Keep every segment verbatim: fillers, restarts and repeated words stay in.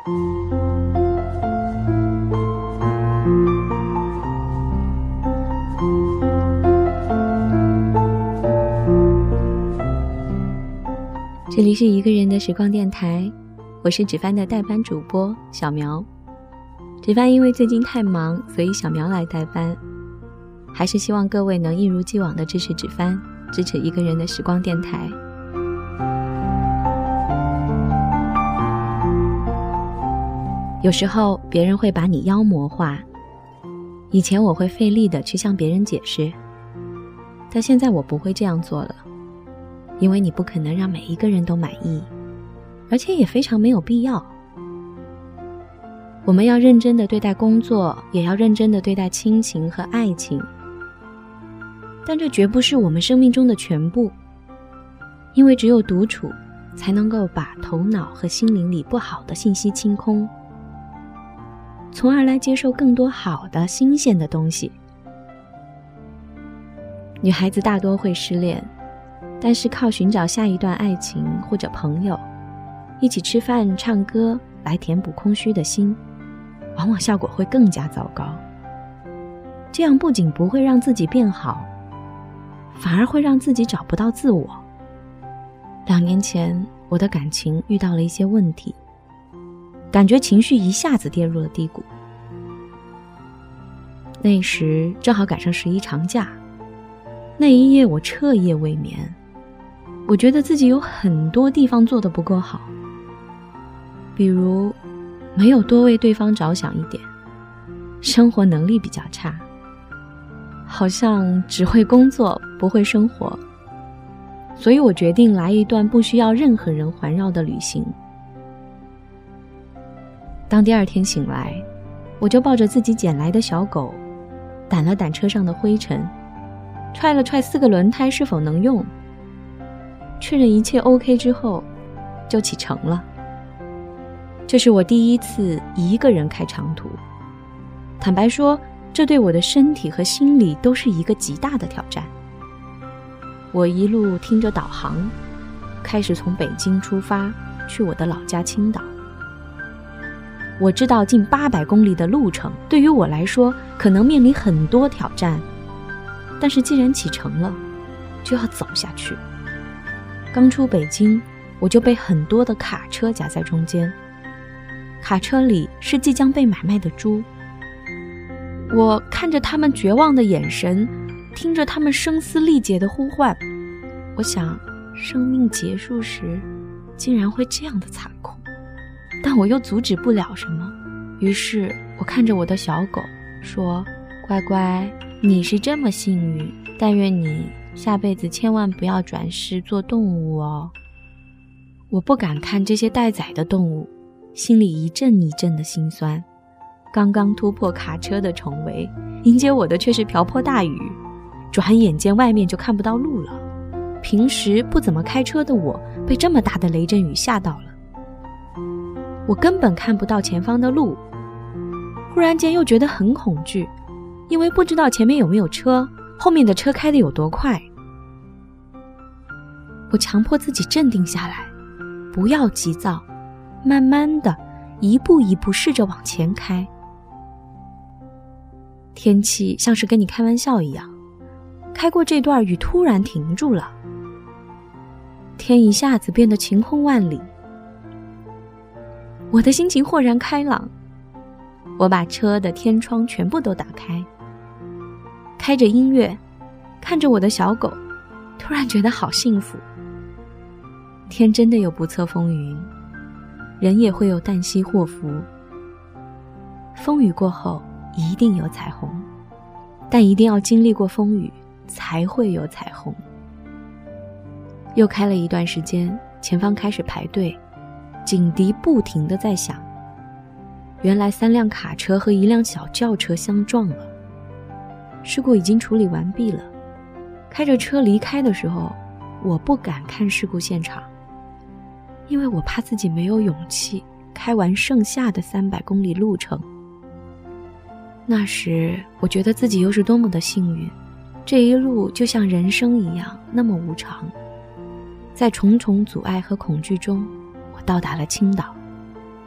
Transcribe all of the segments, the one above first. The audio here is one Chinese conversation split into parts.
这里是一个人的时光电台，我是芷帆的代班主播小苗。芷帆因为最近太忙，所以小苗来代班。还是希望各位能一如既往的支持芷帆，支持一个人的时光电台。有时候别人会把你妖魔化，以前我会费力的去向别人解释，但现在我不会这样做了。因为你不可能让每一个人都满意，而且也非常没有必要。我们要认真地对待工作，也要认真地对待亲情和爱情，但这绝不是我们生命中的全部，因为只有独处才能够把头脑和心灵里不好的信息清空，从而来接受更多好的新鲜的东西。女孩子大多会失恋，但是靠寻找下一段爱情或者朋友，一起吃饭唱歌来填补空虚的心，往往效果会更加糟糕。这样不仅不会让自己变好，反而会让自己找不到自我。两年前我的感情遇到了一些问题，感觉情绪一下子跌入了低谷。那时正好赶上十一长假，那一夜我彻夜未眠，我觉得自己有很多地方做得不够好，比如没有多为对方着想一点，生活能力比较差，好像只会工作不会生活，所以我决定来一段不需要任何人环绕的旅行。当第二天醒来，我就抱着自己捡来的小狗，掸了掸车上的灰尘，踹了踹四个轮胎是否能用，确认一切 OK 之后就启程了。这是我第一次一个人开长途，坦白说，这对我的身体和心理都是一个极大的挑战。我一路听着导航，开始从北京出发去我的老家青岛。我知道近八百公里的路程对于我来说可能面临很多挑战，但是既然启程了，就要走下去。刚出北京，我就被很多的卡车夹在中间，卡车里是即将被买卖的猪。我看着他们绝望的眼神，听着他们声嘶力竭的呼唤，我想生命结束时竟然会这样的残酷，但我又阻止不了什么。于是我看着我的小狗说，乖乖，你是这么幸运，但愿你下辈子千万不要转世做动物哦。我不敢看这些待宰的动物，心里一阵一阵的心酸。刚刚突破卡车的重围，迎接我的却是瓢泼大雨，转眼间外面就看不到路了。平时不怎么开车的我，被这么大的雷阵雨吓到了，我根本看不到前方的路。忽然间又觉得很恐惧，因为不知道前面有没有车，后面的车开得有多快。我强迫自己镇定下来，不要急躁，慢慢的一步一步试着往前开。天气像是跟你开玩笑一样，开过这段雨突然停住了，天一下子变得晴空万里。我的心情豁然开朗，我把车的天窗全部都打开，开着音乐，看着我的小狗，突然觉得好幸福。天真的有不测风云，人也会有旦夕祸福。风雨过后一定有彩虹，但一定要经历过风雨才会有彩虹。又开了一段时间，前方开始排队，警笛不停地在响。原来三辆卡车和一辆小轿车相撞了，事故已经处理完毕了。开着车离开的时候，我不敢看事故现场，因为我怕自己没有勇气开完剩下的三百公里路程。那时我觉得自己又是多么的幸运，这一路就像人生一样那么无常。在重重阻碍和恐惧中，我到达了青岛。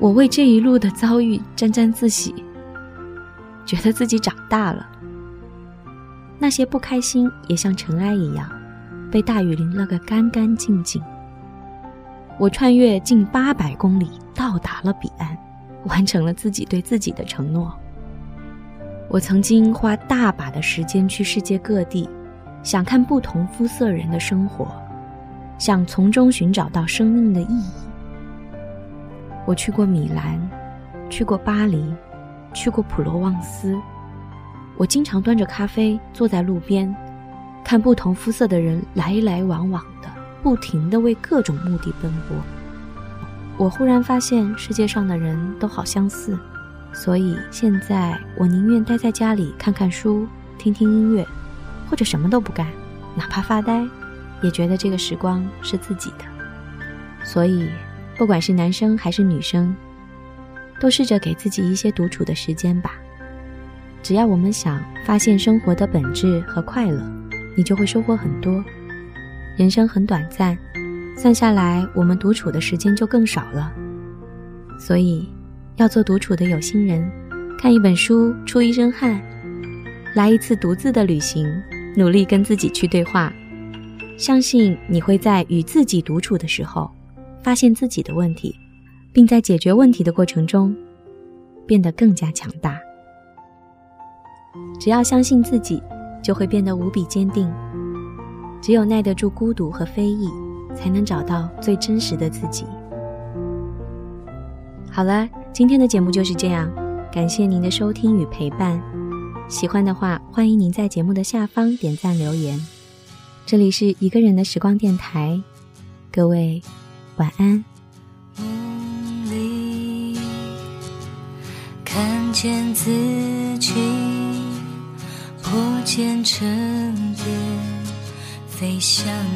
我为这一路的遭遇沾沾自喜，觉得自己长大了。那些不开心也像尘埃一样，被大雨淋了个干干净净。我穿越近八百公里，到达了彼岸，完成了自己对自己的承诺。我曾经花大把的时间去世界各地，想看不同肤色人的生活，想从中寻找到生命的意义。我去过米兰，去过巴黎，去过普罗旺斯。我经常端着咖啡坐在路边，看不同肤色的人来来往往的，不停地为各种目的奔波。我忽然发现世界上的人都好相似，所以现在我宁愿待在家里看看书，听听音乐，或者什么都不干，哪怕发呆，也觉得这个时光是自己的。所以不管是男生还是女生，都试着给自己一些独处的时间吧。只要我们想发现生活的本质和快乐，你就会收获很多。人生很短暂，算下来我们独处的时间就更少了。所以要做独处的有心人，看一本书，出一身汗，来一次独自的旅行，努力跟自己去对话。相信你会在与自己独处的时候发现自己的问题，并在解决问题的过程中变得更加强大。只要相信自己，就会变得无比坚定。只有耐得住孤独和非议，才能找到最真实的自己。好了，今天的节目就是这样，感谢您的收听与陪伴。喜欢的话，欢迎您在节目的下方点赞留言。这里是一个人的时光电台，各位晚安。 梦里看见自己破茧成蝶，飞向